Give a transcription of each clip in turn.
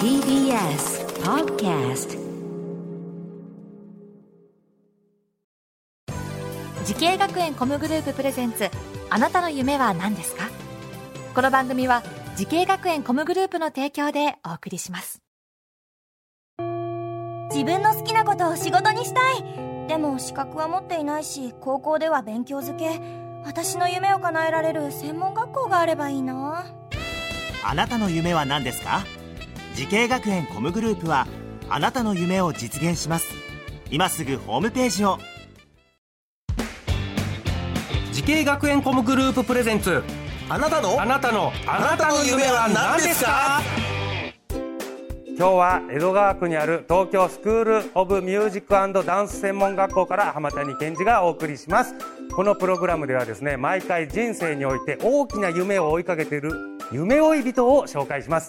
TBS Podcast。 時系学園コムグループプレゼンツ、あなたの夢は何ですか？この番組は時系学園コムグループの提供でお送りします。 自分の好きなことを仕事にしたい。でも資格は持っていないし、高校では勉強づけ。私の夢を叶えられる専門学校があればいいな。 あなたの夢は何ですか？時系学園コムグループはあなたの夢を実現します。今すぐホームページを。 時系学園コムグループプレゼンツ、あなたの夢は何ですか？ 今日は江戸川区にある東京スクールオブミュージック&ダンス専門学校から浜谷健二がお送りします。このプログラムではですね、毎回人生において大きな夢を追いかけている夢追い人を紹介します。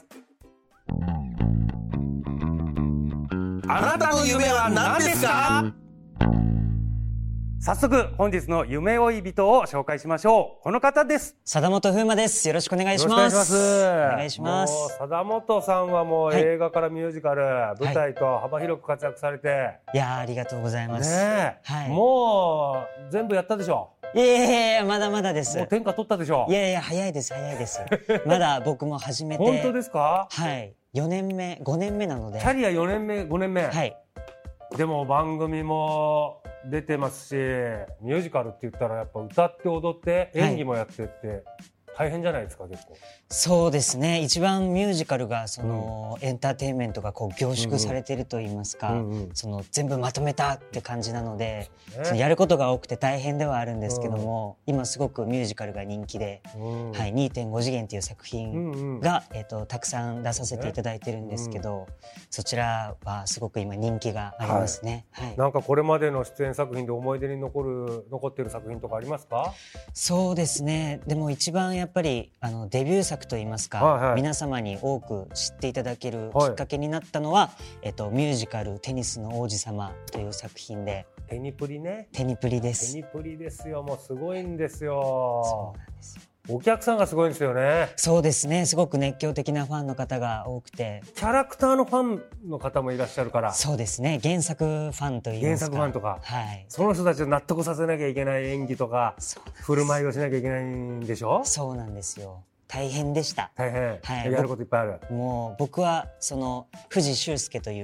あなたの夢は何ですか？ 早速本日の夢追い人を紹介しましょう。この方です。 貞本風磨です。よろしくお願いします。お願いします。 もう貞本さんはもう映画からミュージカル、舞台と幅広く活躍されて、 いやー、ありがとうございます。 ねえ、もう全部やったでしょ？ いやまだまだです。 もう天下取ったでしょ？ いや早いですまだ僕も始めて。 本当ですか？ はい、4年目5年目なので。 キャリア4年目5年目。 はい。 でも番組も出てますし、ミュージカルって言ったらやっぱ歌って踊って演技もやってって大変じゃないですか？結構。 そうですね、一番ミュージカルがその、エンターテインメントがこう凝縮されていると言いますか、その全部まとめたって感じなので、そのやることが多くて大変ではあるんですけども、今すごくミュージカルが人気で、はい、2.5 次元っていう作品が、たくさん出させていただいてるんですけど、そちらはすごく今人気がありますね。はい。 なんかこれまでの出演作品で思い出に残っている作品とかありますか？ そうですね、でも一番やっぱりデビュー作といいますか、皆様に多く知っていただけるきっかけになったのは、ミュージカルテニスの王子様という作品で。 テニプリね。 テニプリです。 テニプリですよ。もうすごいんですよ。 そうなんですよ。 お客さんがすごいんですよね。 そうですね、すごく熱狂的なファンの方が多くて、 キャラクターのファンの方もいらっしゃるから。 そうですね、原作ファンといいますか、 原作ファンとか、 はい、 その人たちを納得させなきゃいけない演技とか振る舞いをしなきゃいけないんでしょ？ そうなんですよ。大変でした。 大変、 はい、 やることいっぱいある。 もう僕はその藤修介という、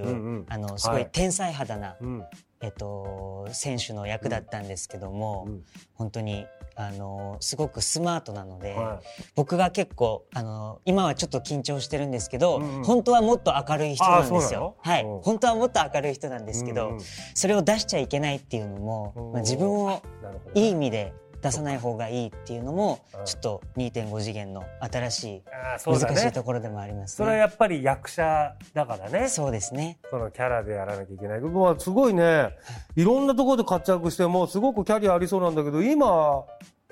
すごい天才肌な、選手の役だったんですけども、本当にすごくスマートなので、僕が結構今はちょっと緊張してるんですけど、本当はもっと明るい人なんですよ。はい、本当はもっと明るい人なんですけど、それを出しちゃいけないっていうのも、自分をいい意味で出さない方がいいっていうのも、ちょっと 2.5 次元の新しい難しいところでもありますね。 それはやっぱり役者だからね。 そうですね。 そのキャラでやらなきゃいけない。まあすごいね、いろんなところで活躍してもすごくキャリアありそうなんだけど、今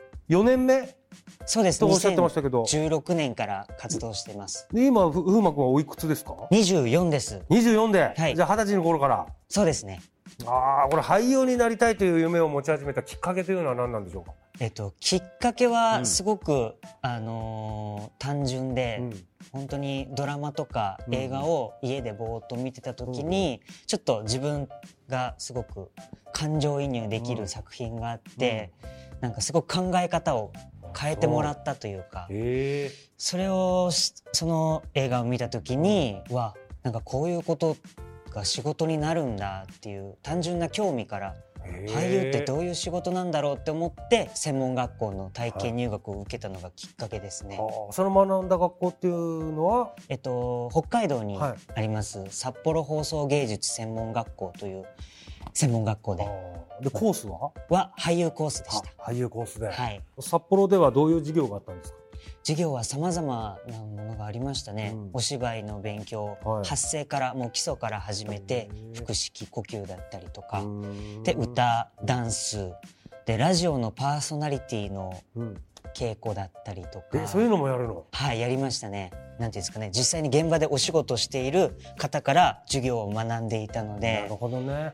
4年目そうです。 とおっしゃってましたけど、 2016年から活動してます。 で今風磨君はおいくつですか ？24です。 24で、 はい、 じゃあ20歳の頃から。 そうですね。 これ俳優になりたいという夢を持ち始めたきっかけというのは何なんでしょうか？ きっかけはすごく、単純で、本当にドラマとか映画を家でぼーっと見てた時に、ちょっと自分がすごく感情移入できる作品があって、なんかすごく考え方を変えてもらったというか、それをその映画を見た時になんかこういうことが仕事になるんだっていう単純な興味から、俳優ってどういう仕事なんだろうって思って専門学校の体験入学を受けたのがきっかけですね。 その学んだ学校っていうのは、 北海道にあります、札幌放送芸術専門学校という専門学校で。 コースは俳優コースでした。 俳優コースで、 はい、 札幌ではどういう授業があったんですか？ 授業は様々なものがありましたね。お芝居の勉強、発声からもう基礎から始めて、腹式呼吸だったりとかで、歌、ダンスで、ラジオのパーソナリティの稽古だったりとか。 そういうのもやるの？ はい、やりましたね。なんていうんですかね、実際に現場でお仕事している方から授業を学んでいたので。 なるほどね。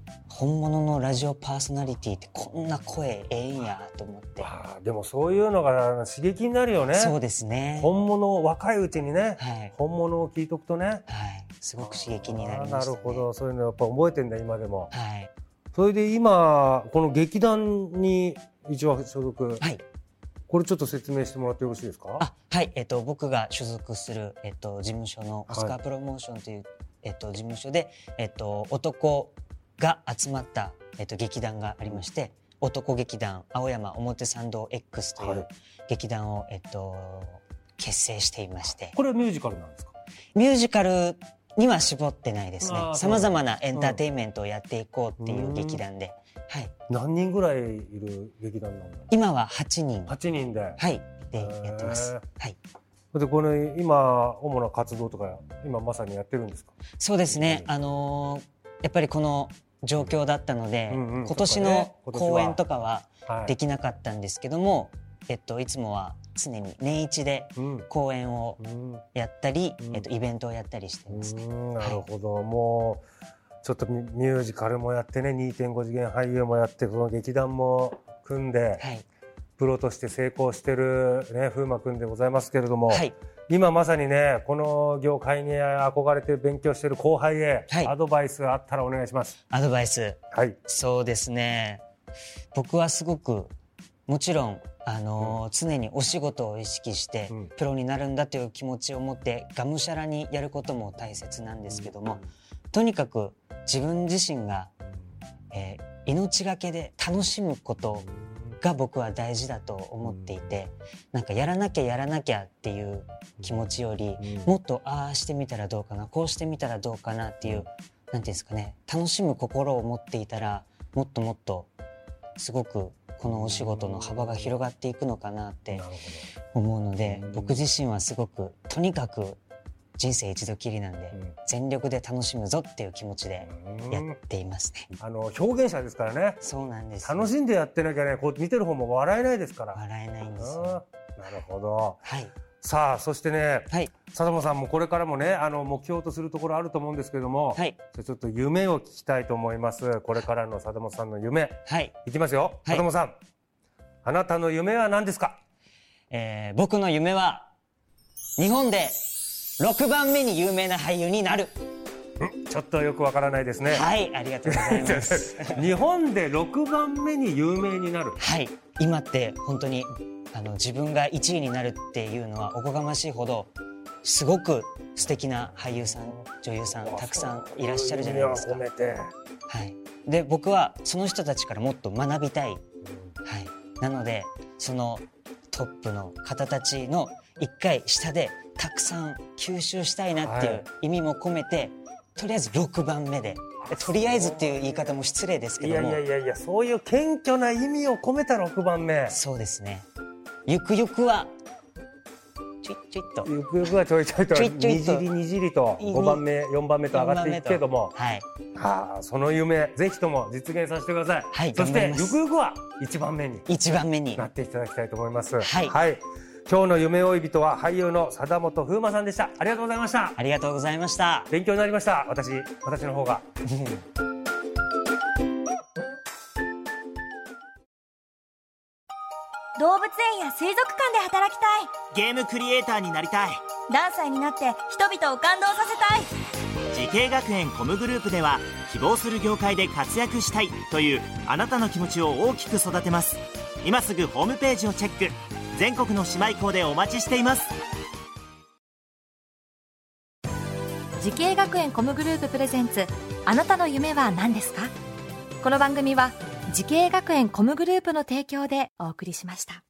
本物のラジオパーソナリティってこんな声ええんやと思って。 でもそういうのが刺激になるよね。 そうですね。 本物、若いうちにね、 はい、 本物を聞いとくとね、 はい、すごく刺激になりましたね。 なるほど、そういうのやっぱ覚えてんだ今でも。 はい。 それで今この劇団に一応所属。はい。これちょっと説明してもらってよろしいですか？ はい、僕が所属する事務所のオスカープロモーションという事務所で男が集まった劇団がありまして、男劇団青山表参道 X という劇団を結成していまして。 これはミュージカルなんですか？ ミュージカルには絞ってないですね。様々なエンターテインメントをやっていこうっていう劇団で。はい。 何人ぐらいいる劇団なんだ？ 今は8人。 8人で。 はい。でやってます。はい。 でこの今主な活動とか今まさにやってるんですか？ そうですね。やっぱりこの状況だったので、今年の公演とかはできなかったんですけども、いつもは常に年一で公演をやったり、イベントをやったりしてますね。 なるほど。もうちょっとミュージカルもやってね、 2.5 次元俳優もやって、この劇団も組んで、はい、プロとして成功してるね、風磨くんでございますけれども、はい、今まさにねこの業界に憧れて勉強している後輩へ、はい、アドバイスあったらお願いします。 アドバイス、はい、そうですね、僕はすごくもちろん常にお仕事を意識してプロになるんだという気持ちを持ってがむしゃらにやることも大切なんですけども、とにかく自分自身が、命がけで楽しむことが僕は大事だと思っていて、なんかやらなきゃっていう気持ちより、もっとああしてみたらどうかな、こうしてみたらどうかなっていう、なんていうんですかね、楽しむ心を持っていたらもっともっとすごくこのお仕事の幅が広がっていくのかなって思うので、僕自身はすごくとにかく人生一度きりなんで、全力で楽しむぞっていう気持ちでやっていますね。 表現者ですからね。 そうなんです。 楽しんでやってなきゃね、こう見てる方も笑えないですから。 笑えないんですよ。 なるほど。 はい。 さあそしてね、はい、貞本さんもこれからもね目標とするところあると思うんですけども、はい、ちょっと夢を聞きたいと思います。これからの貞本さんの夢、はい、いきますよ。貞本さん、あなたの夢は何ですか？ 僕の夢は日本で6番目に有名な俳優になる。 ちょっとよくわからないですね。 はい、ありがとうございます。 日本で6番目に有名になる。 はい、今って本当に自分が1位になるっていうのはおこがましいほどすごく素敵な俳優さん女優さんたくさんいらっしゃるじゃないですか。はい、で僕はその人たちからもっと学びたい、はい、なのでそのトップの方たちの一回下でたくさん吸収したいなっていう意味も込めて、とりあえず6番目で、とりあえずっていう言い方も失礼ですけども、 いやそういう謙虚な意味を込めた6番目。 そうですね。ゆくゆくはちょいちょいと、 ゆくゆくはちょいちょいとにじりと5番目4番目と上がっていくけども、はい、その夢ぜひとも実現させてください。はい、そしてゆくゆくは1番目になっていただきたいと思います。はい、はい、今日の夢追い人は俳優の貞本風磨さんでした。ありがとうございました。 ありがとうございました。 勉強になりました。私の方が動物園や水族館で働きたい。 ゲームクリエイターになりたい。 何歳になって人々を感動させたい。 時系学園コムグループでは希望する業界で活躍したいというあなたの気持ちを大きく育てます。今すぐホームページをチェック。全国の姉妹校でお待ちしています。 時系学園コムグループプレゼンツ、あなたの夢は何ですか？この番組は時系学園コムグループの提供でお送りしました。